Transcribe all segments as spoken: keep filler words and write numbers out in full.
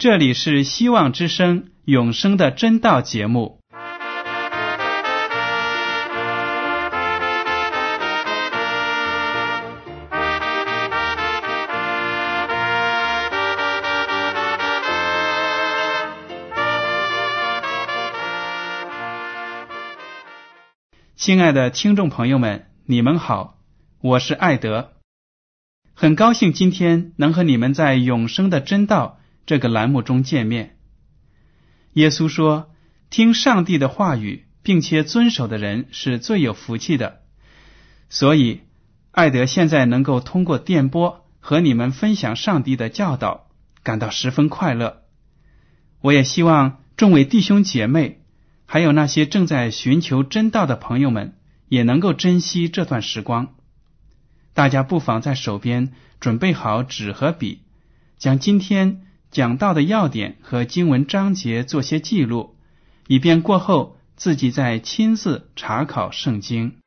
这里是希望之声永生的真道节目。亲爱的听众朋友们，你们好，我是艾德，很高兴今天能和你们在永生的真道这个栏目中见面。耶稣说，听上帝的话语并且遵守的人是最有福气的，所以艾德现在能够通过电波和你们分享上帝的教导，感到十分快乐。我也希望众位弟兄姐妹还有那些正在寻求真道的朋友们也能够珍惜这段时光。大家不妨在手边准备好纸和笔，将今天讲到的要点和经文章节做些记录，以便过后自己再亲自查考圣经。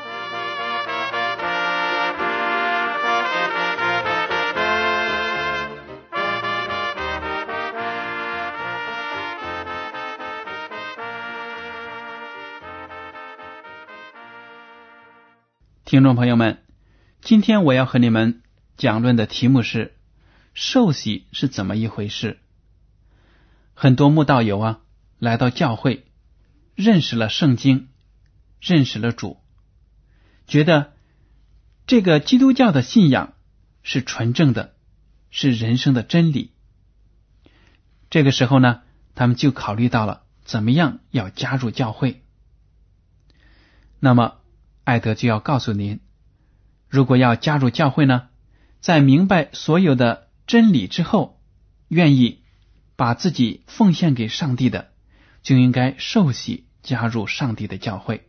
听众朋友们，今天我要和你们讲论的题目是受洗是怎么一回事。很多慕道友啊，来到教会，认识了圣经，认识了主，觉得这个基督教的信仰是纯正的，是人生的真理。这个时候呢，他们就考虑到了怎么样要加入教会。那么艾德就要告诉您，如果要加入教会呢，在明白所有的真理之后，愿意把自己奉献给上帝的，就应该受洗加入上帝的教会。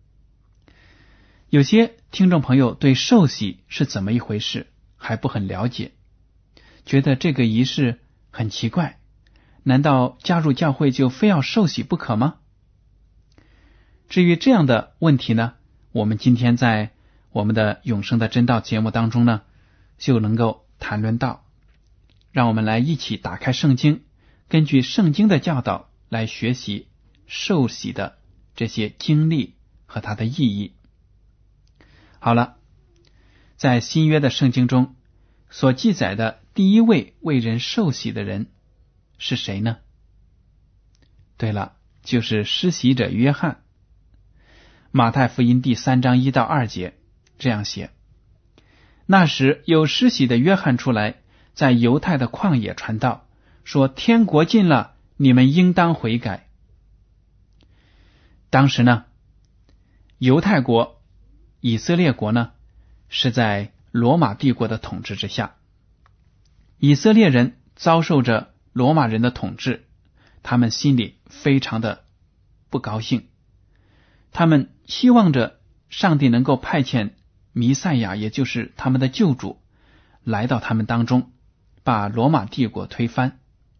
有些听众朋友对受洗是怎么一回事还不很了解，觉得这个仪式很奇怪，难道加入教会就非要受洗不可吗？至于这样的问题呢，我们今天在我们的永生的真道节目当中呢，就能够谈论到。让我们来一起打开圣经，根据圣经的教导来学习受洗的这些经历和它的意义。好了，在新约的圣经中所记载的第一位为人受洗的人是谁呢？对了，就是施洗者约翰。马太福音第三章一到二节这样写：那时有施洗的约翰出来，在犹太的旷野传道，说天国近了，你们应当悔改。当时呢，犹太国以色列国呢是在罗马帝国的统治之下，以色列人遭受着罗马人的统治，他们心里非常的不高兴，他们希望着上帝能够派遣弥赛亚，也就是他们的救主，来到他们当中，把罗马帝国推翻。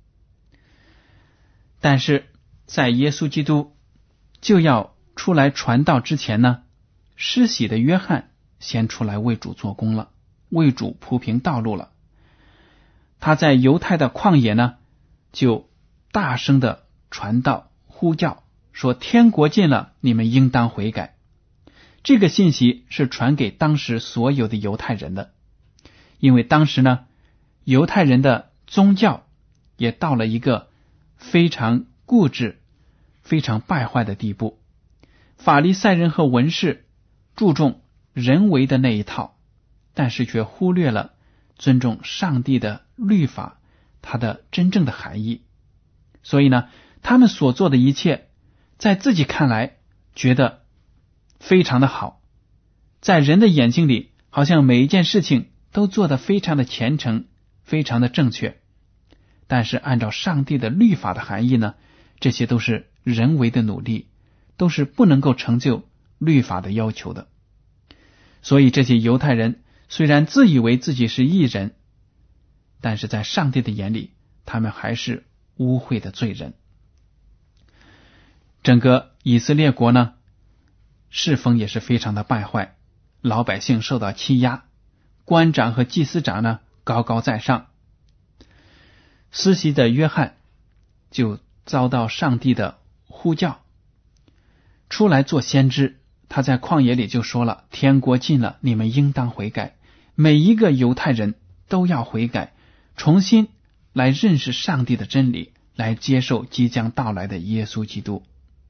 但是在耶稣基督就要出来传道之前呢，施洗的约翰先出来为主做工了，为主铺平道路了。他在犹太的旷野呢，就大声的传道呼叫，说天国近了，你们应当悔改。这个信息是传给当时所有的犹太人的，因为当时呢，犹太人的宗教也到了一个非常固执、非常败坏的地步。法利赛人和文士注重人为的那一套，但是却忽略了尊重上帝的律法，它的真正的含义。所以呢，他们所做的一切在自己看来觉得非常的好，在人的眼睛里好像每一件事情都做得非常的虔诚，非常的正确，但是按照上帝的律法的含义呢，这些都是人为的努力，都是不能够成就律法的要求的。所以这些犹太人虽然自以为自己是义人，但是在上帝的眼里，他们还是污秽的罪人。整个以色列国呢，世风也是非常的败坏，老百姓受到欺压，官长和祭司长呢高高在上。 施洗者约翰就遭到上帝的呼叫，出来做先知。他在旷野里就说了，天国近了，你们应当悔改。每一个犹太人都要悔改，重新来认识上帝的真理，来接受即将到来的耶稣基督。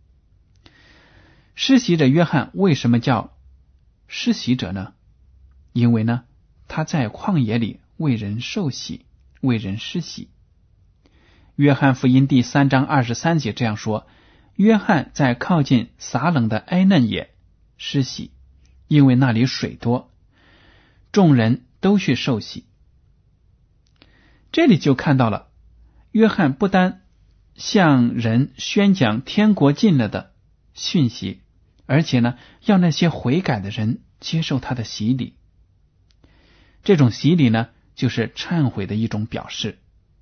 施洗者约翰为什么叫施洗者呢？因为呢，他在旷野里为人受洗，为人施洗。约翰福音第三章二十三节这样说，约翰在靠近撒冷的埃嫩也施洗，因为那里水多，众人都去受洗。这里就看到了，约翰不单向人宣讲天国近了的讯息，而且呢，要那些悔改的人接受他的洗礼。这种洗礼呢，就是忏悔的一种表示。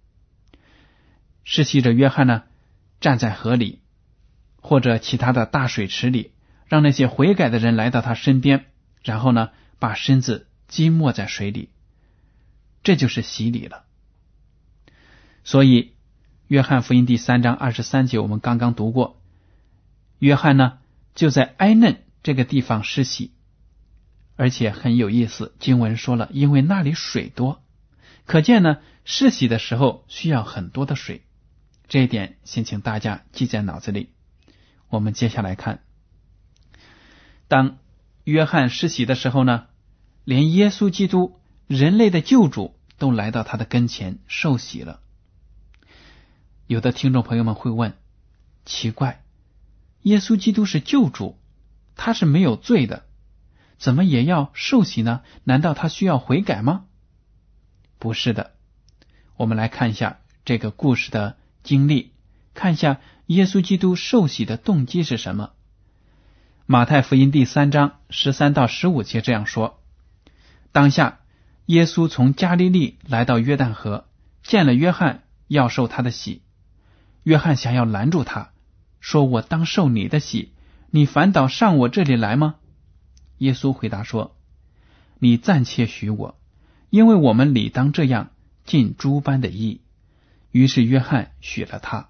施洗者约翰呢，站在河里或者其他的大水池里，让那些悔改的人来到他身边，然后呢，把身子浸没在水里，这就是洗礼了。所以约翰福音第三章二十三节我们刚刚读过，约翰呢就在埃嫩这个地方施洗，而且很有意思，经文说了，因为那里水多，可见呢，施洗的时候需要很多的水，这一点先请大家记在脑子里。我们接下来看，当约翰施洗的时候呢，连耶稣基督人类的救主都来到他的跟前受洗了。有的听众朋友们会问，奇怪，耶稣基督是救主，他是没有罪的，怎么也要受洗呢？难道他需要悔改吗？不是的，我们来看一下这个故事的经历，看一下耶稣基督受洗的动机是什么。马太福音第三章十三到十五节这样说，当下耶稣从加利利来到约旦河，见了约翰，要受他的洗。约翰想要拦住他，说，我当受你的洗，你反倒上我这里来吗？耶稣回答说，你暂且许我，因为我们理当这样尽诸般的义。于是约翰许了他。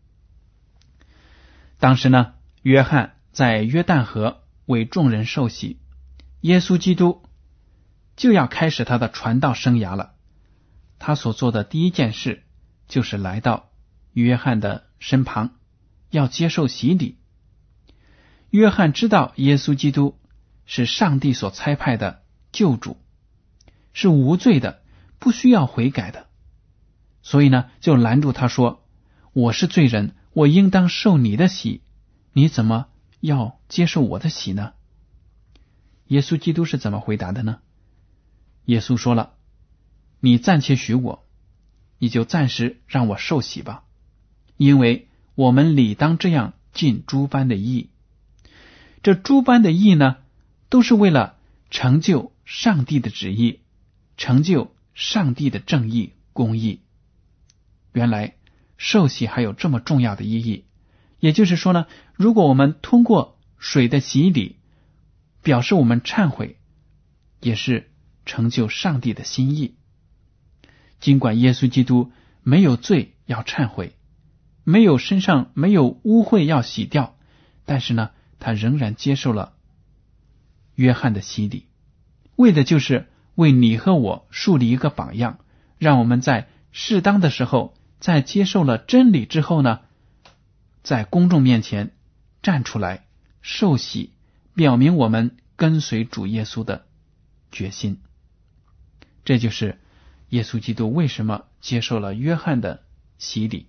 当时呢，约翰在约旦河为众人受洗，耶稣基督就要开始他的传道生涯了。他所做的第一件事就是来到约翰的身旁，要接受洗礼。约翰知道耶稣基督是上帝所差派的救主，是无罪的，不需要悔改的，所以呢，就拦住他说，我是罪人，我应当受你的洗，你怎么要接受我的洗呢？耶稣基督是怎么回答的呢？耶稣说了，你暂且许我，你就暂时让我受洗吧，因为我们理当这样尽诸般的义。这诸般的义呢，都是为了成就上帝的旨意，成就上帝的正义公义。原来受洗还有这么重要的意义，也就是说呢，如果我们通过水的洗礼表示我们忏悔，也是成就上帝的心意。尽管耶稣基督没有罪要忏悔，没有身上没有污秽要洗掉，但是呢，他仍然接受了约翰的洗礼，为的就是为你和我树立一个榜样，让我们在适当的时候，在接受了真理之后呢，在公众面前站出来受洗，表明我们跟随主耶稣的决心。这就是耶稣基督为什么接受了约翰的洗礼。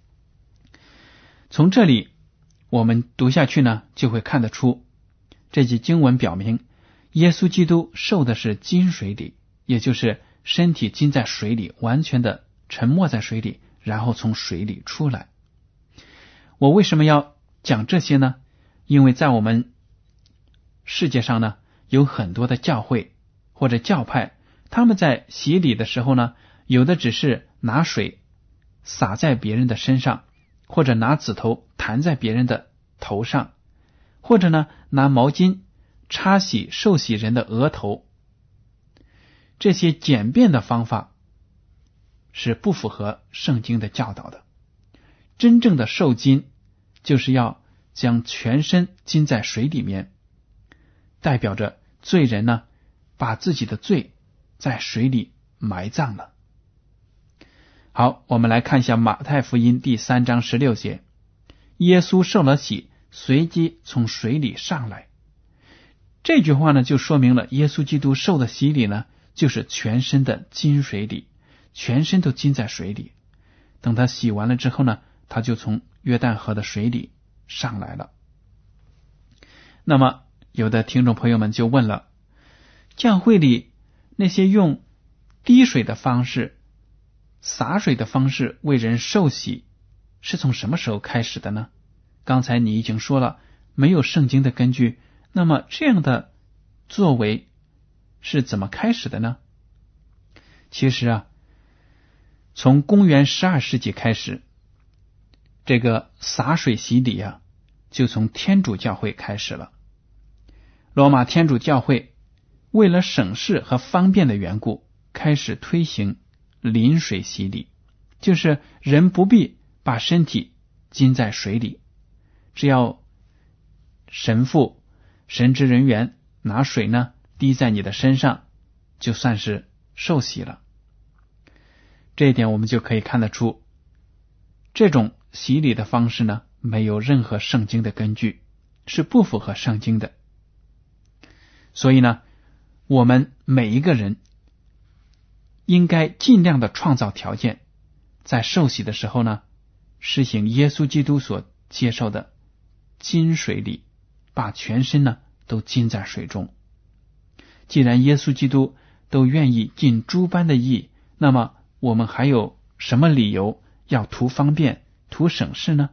从这里我们读下去呢，就会看得出这节经文表明耶稣基督受的是浸水礼，也就是身体浸在水里，完全的沉没在水里，然后从水里出来。我为什么要讲这些呢？因为在我们世界上呢，有很多的教会或者教派，他们在洗礼的时候呢，有的只是拿水洒在别人的身上，或者拿指头弹在别人的头上，或者呢拿毛巾擦洗受洗人的额头。这些简便的方法是不符合圣经的教导的。真正的受浸就是要将全身浸在水里面，代表着罪人呢把自己的罪在水里埋葬了。好，我们来看一下马太福音第三章十六节，耶稣受了洗，随即从水里上来。这句话呢就说明了耶稣基督受的洗礼呢就是全身的浸水里，全身都浸在水里。等他洗完了之后呢，他就从约旦河的水里上来了。那么有的听众朋友们就问了，教会里那些用滴水的方式、洒水的方式为人受洗是从什么时候开始的呢？刚才你已经说了，没有圣经的根据，那么这样的作为是怎么开始的呢？其实啊，从公元十二世纪开始，这个洒水洗礼啊，就从天主教会开始了。罗马天主教会为了省事和方便的缘故，开始推行淋水洗礼，就是人不必把身体浸在水里，只要神父、神职人员拿水呢滴在你的身上，就算是受洗了。这一点我们就可以看得出，这种洗礼的方式呢没有任何圣经的根据，是不符合圣经的。所以呢，我们每一个人应该尽量的创造条件，在受洗的时候呢，实行耶稣基督所接受的浸水礼，把全身呢都浸在水中。既然耶稣基督都愿意尽诸般的义，那么我们还有什么理由要图方便、图省事呢？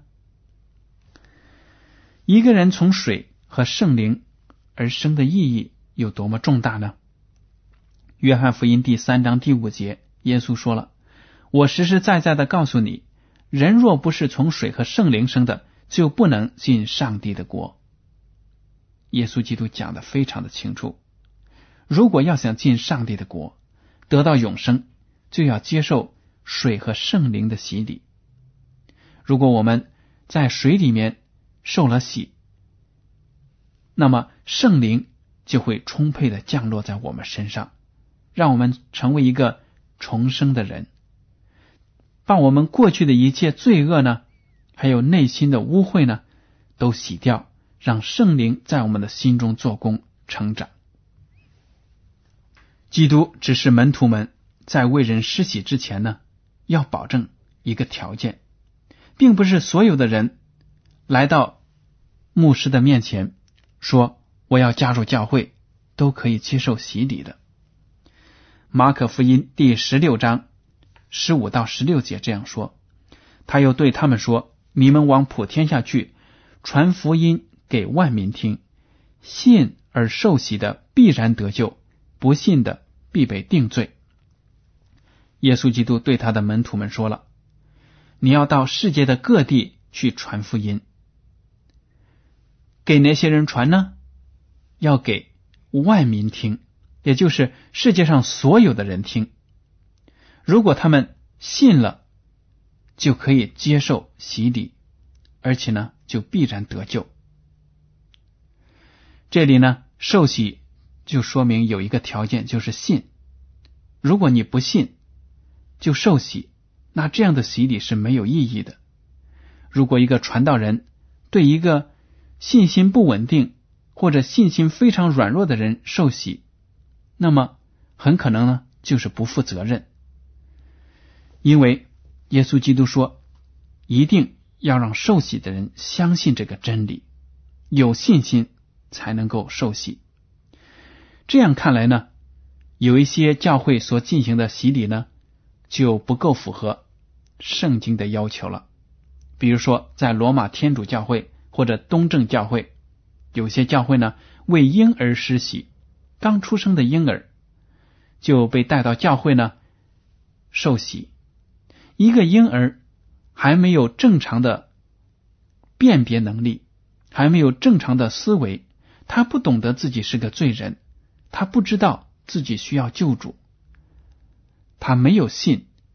一个人从水和圣灵而生的意义有多么重大呢？约翰福音第三章第五节，耶稣说了，我实实在在的告诉你，人若不是从水和圣灵生的，就不能进上帝的国。耶稣基督讲得非常的清楚，如果要想进上帝的国，得到永生，就要接受水和圣灵的洗礼。如果我们在水里面受了洗，那么圣灵就会充沛的降落在我们身上，让我们成为一个重生的人，把我们过去的一切罪恶呢，还有内心的污秽呢，都洗掉，让圣灵在我们的心中做工成长。基督指示门徒们在为人施洗之前呢，要保证一个条件，并不是所有的人来到牧师的面前说我要加入教会都可以接受洗礼的。马可福音第十六章十五到十六节这样说，他又对他们说，你们往普天下去，传福音给万民听，信而受洗的必然得救，不信的必被定罪。耶稣基督对他的门徒们说了，你要到世界的各地去传福音。给哪些人传呢？要给万民听，也就是世界上所有的人听。如果他们信了，就可以接受洗礼，而且呢就必然得救。这里呢受洗就说明有一个条件，就是信。如果你不信就受洗，那这样的洗礼是没有意义的。如果一个传道人对一个信心不稳定或者信心非常软弱的人受洗，那么很可能呢就是不负责任。因为耶稣基督说，一定要让受洗的人相信这个真理，有信心才能够受洗。这样看来呢，有一些教会所进行的洗礼呢就不够符合圣经的要求了。比如说在罗马天主教会或者东正教会，有些教会呢为婴儿施洗，刚出生的婴儿就被带到教会呢受洗。一个婴儿还没有正常的辨别能力，还没有正常的思维，他不懂得自己是个罪人，他不知道自己需要救主，他没有信，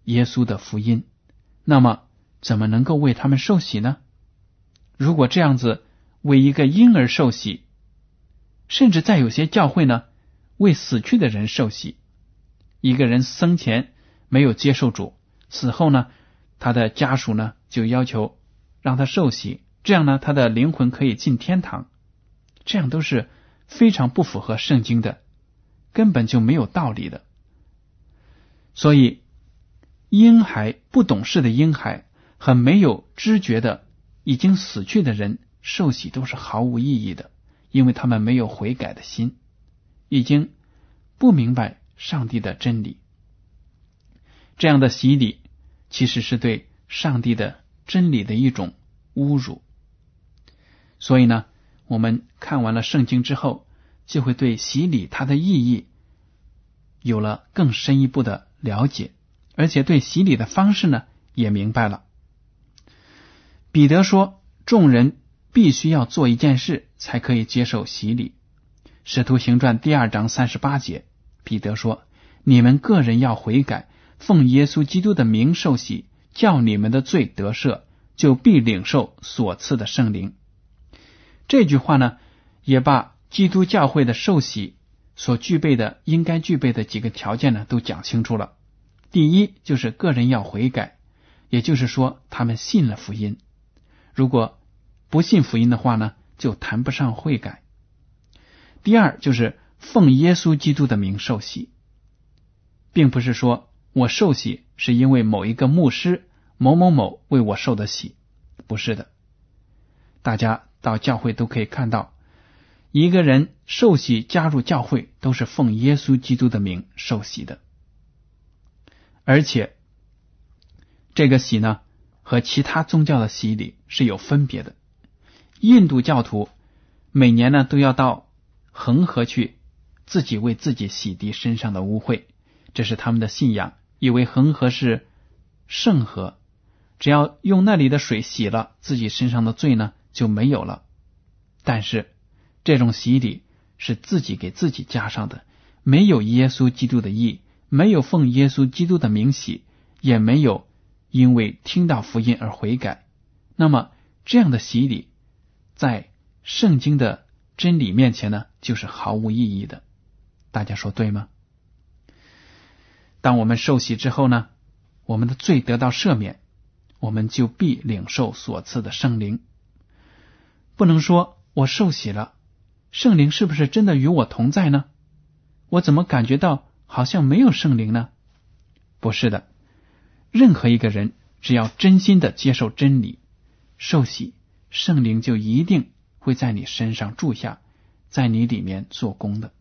耶稣的福音，那么怎么能够为他们受洗呢？如果这样子为一个婴儿受洗，甚至在有些教会呢，为死去的人受洗，一个人生前没有接受主，死后呢，他的家属呢就要求让他受洗，这样呢，他的灵魂可以进天堂，这样都是非常不符合圣经的，根本就没有道理的。所以婴孩，不懂事的婴孩和没有知觉的已经死去的人受洗都是毫无意义的，因为他们没有悔改的心，已经不明白上帝的真理。这样的洗礼其实是对上帝的真理的一种侮辱。所以呢，我们看完了圣经之后，就会对洗礼它的意义有了更深一步的了解，而且对洗礼的方式呢也明白了。彼得说，众人必须要做一件事才可以接受洗礼。使徒行传第二章三十八节，彼得说，你们个人要悔改，奉耶稣基督的名受洗，叫你们的罪得赦，就必领受所赐的圣灵。这句话呢，也把基督教会的受洗所具备的应该具备的几个条件呢都讲清楚了。第一，就是个人要悔改，也就是说他们信了福音，如果不信福音的话呢，就谈不上悔改。第二，就是奉耶稣基督的名受洗，并不是说我受洗是因为某一个牧师某某某为我受的洗，不是的。大家到教会都可以看到，一个人受洗加入教会都是奉耶稣基督的名受洗的，而且这个洗呢和其他宗教的洗礼是有分别的。印度教徒每年呢都要到恒河去自己为自己洗涤身上的污秽，这是他们的信仰，以为恒河是圣河，只要用那里的水洗了，自己身上的罪呢就没有了。但是这种洗礼是自己给自己加上的，没有耶稣基督的义，没有奉耶稣基督的名洗，也没有因为听到福音而悔改。那么这样的洗礼在圣经的真理面前呢，就是毫无意义的。大家说对吗？当我们受洗之后呢，我们的罪得到赦免，我们就必领受所赐的圣灵。不能说我受洗了，圣灵是不是真的与我同在呢？我怎么感觉到好像没有圣灵呢？不是的，任何一个人只要真心的接受真理，受洗，圣灵就一定会在你身上住下，在你里面做工的。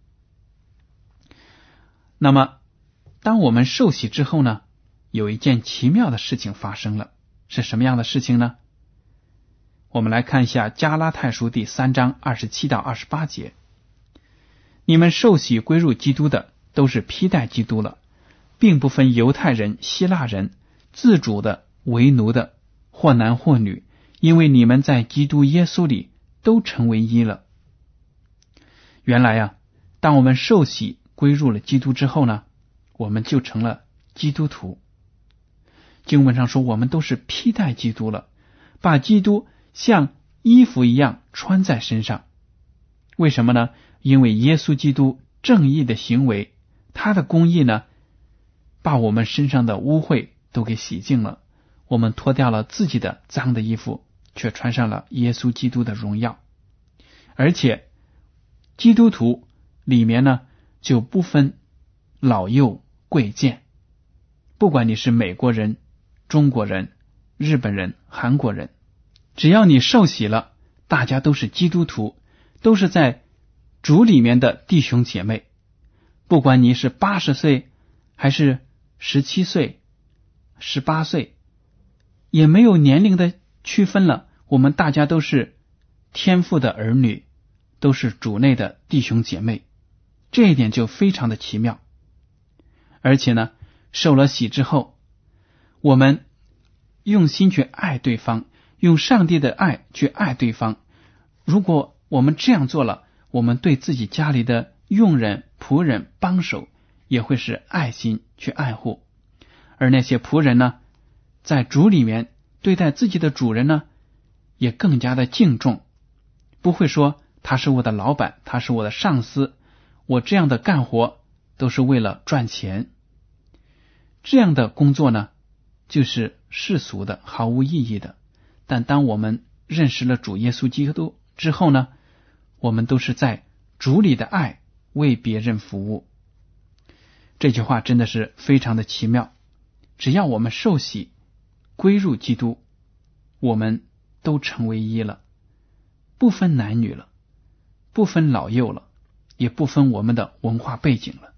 那么当我们受洗之后呢，有一件奇妙的事情发生了，是什么样的事情呢？我们来看一下加拉太书第三章二十七到二十八节。你们受洗归入基督的，都是披戴基督了，并不分犹太人、希腊人，自主的、为奴的，或男或女，因为你们在基督耶稣里都成为一了。原来啊，当我们受洗归入了基督之后呢，我们就成了基督徒。经文上说，我们都是披戴基督了，把基督像衣服一样穿在身上。为什么呢？因为耶稣基督正义的行为，他的公义呢，把我们身上的污秽都给洗净了，我们脱掉了自己的脏的衣服，却穿上了耶稣基督的荣耀。而且基督徒里面呢，就不分老幼贵贱，不管你是美国人、中国人、日本人、韩国人，只要你受洗了，大家都是基督徒，都是在主里面的弟兄姐妹。不管你是八十岁还是十七岁、十八岁，也没有年龄的区分了，我们大家都是天父的儿女，都是主内的弟兄姐妹。这一点就非常的奇妙。而且呢，受了洗之后，我们用心去爱对方，用上帝的爱去爱对方。如果我们这样做了，我们对自己家里的佣人、仆人、帮手也会是爱心去爱护。 而那些仆人呢，在主里面对待自己的主人呢，也更加的敬重，不会说他是我的老板，他是我的上司，我这样的干活都是为了赚钱。这样的工作呢，就是世俗的，毫无意义的。但当我们认识了主耶稣基督之后呢，我们都是在主里的爱为别人服务。这句话真的是非常的奇妙。只要我们受洗归入基督，我们都成为一了，不分男女了，不分老幼了，也不分我们的文化背景了。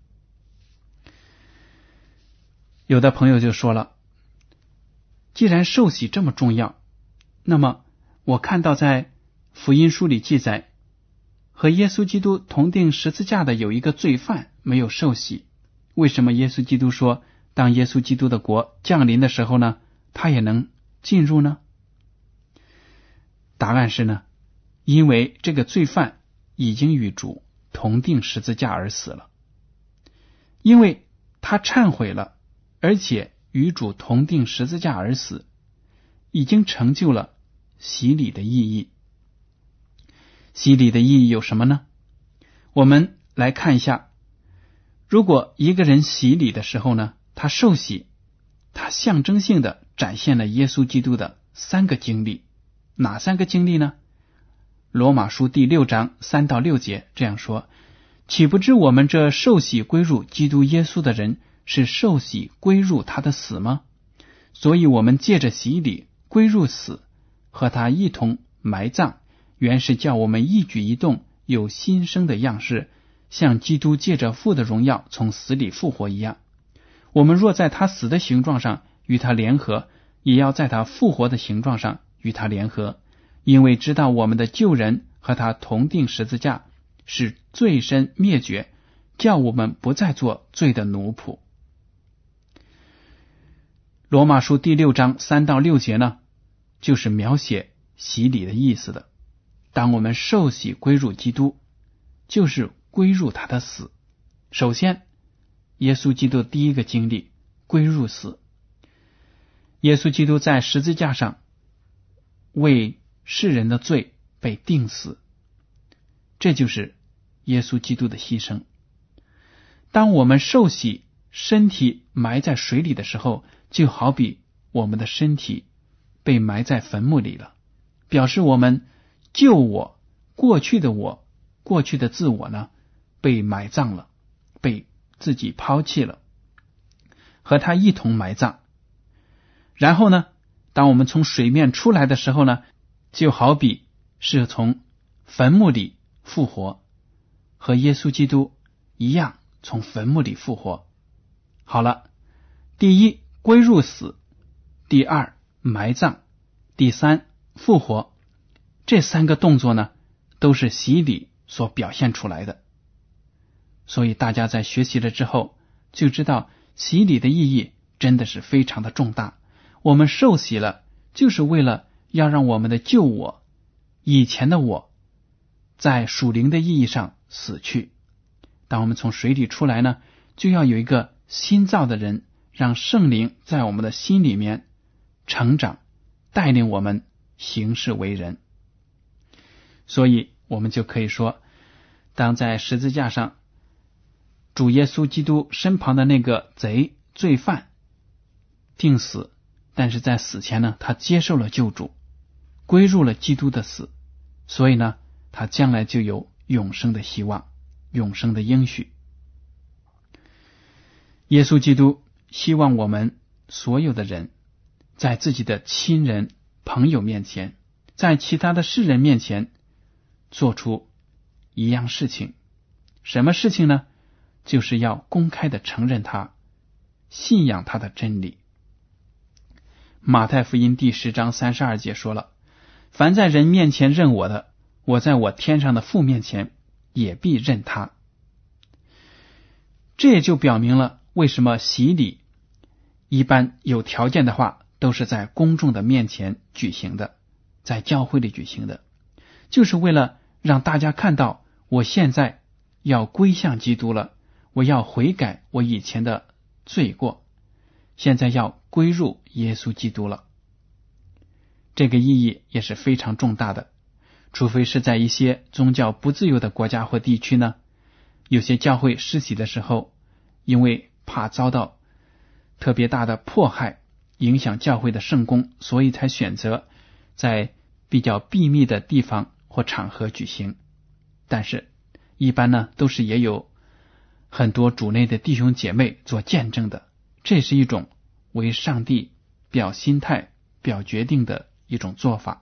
有的朋友就说了，既然受洗这么重要，那么我看到在福音书里记载，和耶稣基督同定十字架的有一个罪犯没有受洗，为什么耶稣基督说当耶稣基督的国降临的时候呢，他也能进入呢？答案是呢，因为这个罪犯已经与主同定十字架而死了，因为他忏悔了，而且与主同定十字架而死，已经成就了洗礼的意义。洗礼的意义有什么呢？我们来看一下，如果一个人洗礼的时候呢，他受洗，他象征性的展现了耶稣基督的三个经历。哪三个经历呢？罗马书第六章三到六节这样说，岂不知我们这受洗归入基督耶稣的人，是受洗归入他的死吗？所以我们借着洗礼归入死，和他一同埋葬，原是叫我们一举一动有新生的样式，像基督借着父的荣耀从死里复活一样。我们若在他死的形状上与他联合，也要在他复活的形状上与他联合，因为知道我们的旧人和他同定十字架，使罪身灭绝，叫我们不再做罪的奴仆。罗马书第六章三到六节呢，就是描写洗礼的意思的。当我们受洗归入基督，就是归入他的死。首先，耶稣基督第一个经历归入死。耶稣基督在十字架上为世人的罪被钉死，这就是耶稣基督的牺牲。当我们受洗，身体埋在水里的时候，就好比我们的身体被埋在坟墓里了，表示我们旧我，过去的我，过去的自我呢，被埋葬了，被自己抛弃了，和他一同埋葬。然后呢，当我们从水面出来的时候呢，就好比是从坟墓里复活，和耶稣基督一样从坟墓里复活。好了，第一，归入死；第二，埋葬；第三，复活。这三个动作呢，都是洗礼所表现出来的。所以大家在学习了之后，就知道洗礼的意义真的是非常的重大。我们受洗了，就是为了要让我们的旧我，以前的我，在属灵的意义上死去。当我们从水里出来呢，就要有一个新造的人，让圣灵在我们的心里面成长，带领我们行事为人。所以我们就可以说，当在十字架上，主耶稣基督身旁的那个贼罪犯定死，但是在死前呢，他接受了救主，归入了基督的死，所以呢，他将来就有永生的希望，永生的应许。耶稣基督希望我们所有的人，在自己的亲人朋友面前，在其他的世人面前做出一样事情。什么事情呢？就是要公开的承认他，信仰他的真理。马太福音第十章三十二节说了，凡在人面前认我的，我在我天上的父面前也必认他。这也就表明了为什么洗礼一般有条件的话都是在公众的面前举行的，在教会里举行的，就是为了让大家看到我现在要归向基督了，我要悔改我以前的罪过， 现在要归入耶稣基督了。这个意义也是非常重大的，除非是在一些宗教不自由的国家或地区呢，有些教会施洗的时候，因为怕遭到特别大的迫害，影响教会的圣工，所以才选择在比较秘密的地方或场合举行。但是一般呢，都是也有很多主内的弟兄姐妹做见证的，这是一种为上帝表心态、表决定的一种做法。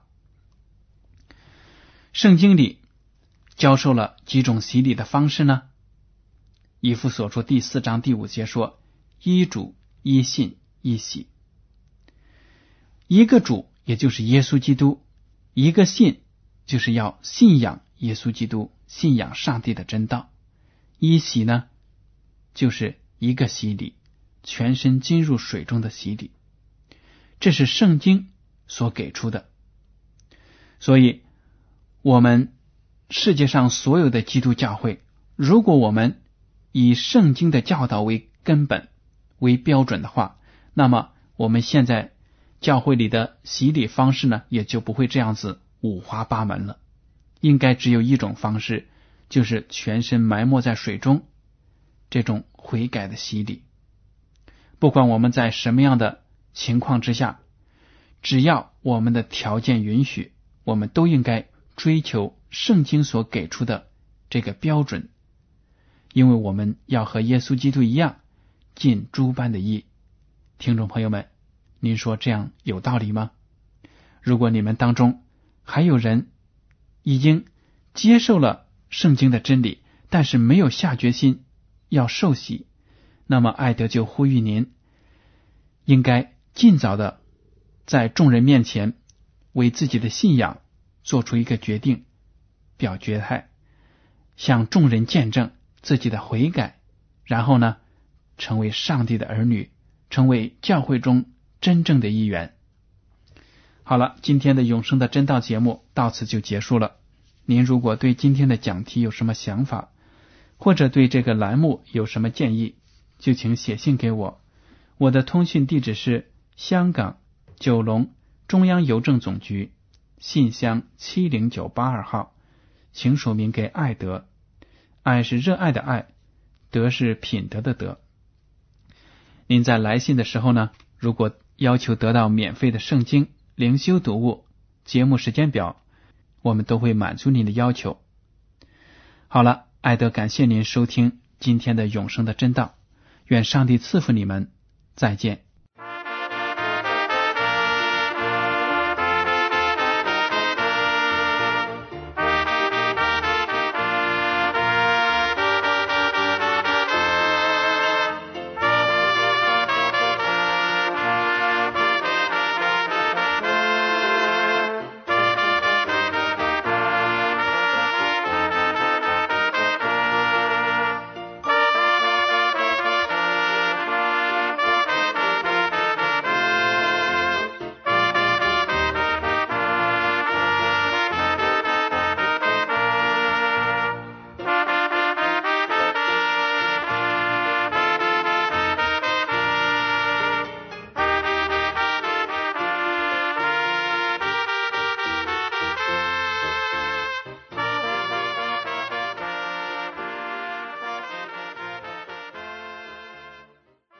圣经里教授了几种洗礼的方式呢？以弗所书第四章第五节说，依主、依信、依洗。一个主也就是耶稣基督，一个信就是要信仰耶稣基督，信仰上帝的真道。依洗呢，就是一个洗礼，全身浸入水中的洗礼，这是圣经所给出的。所以我们世界上所有的基督教会，如果我们以圣经的教导为根本为标准的话，那么我们现在教会里的洗礼方式呢，也就不会这样子五花八门了。应该只有一种方式，就是全身埋没在水中，这种悔改的洗礼。不管我们在什么样的情况之下，只要我们的条件允许，我们都应该追求圣经所给出的这个标准，因为我们要和耶稣基督一样尽诸般的义。听众朋友们，您说这样有道理吗？如果你们当中还有人已经接受了圣经的真理，但是没有下决心要受洗，那么爱德就呼吁您应该尽早的在众人面前为自己的信仰做出一个决定，表决态，向众人见证自己的悔改，然后呢，成为上帝的儿女，成为教会中真正的一员。好了，今天的永生的真道节目到此就结束了。您如果对今天的讲题有什么想法，或者对这个栏目有什么建议，就请写信给我。我的通讯地址是香港九龙中央邮政总局信箱七零九八二号，请署名给爱德。爱是热爱的爱，德是品德的德。您在来信的时候呢，如果要求得到免费的圣经、灵修读物、节目时间表，我们都会满足您的要求。好了，爱德感谢您收听今天的永生的真道，愿上帝赐福你们，再见。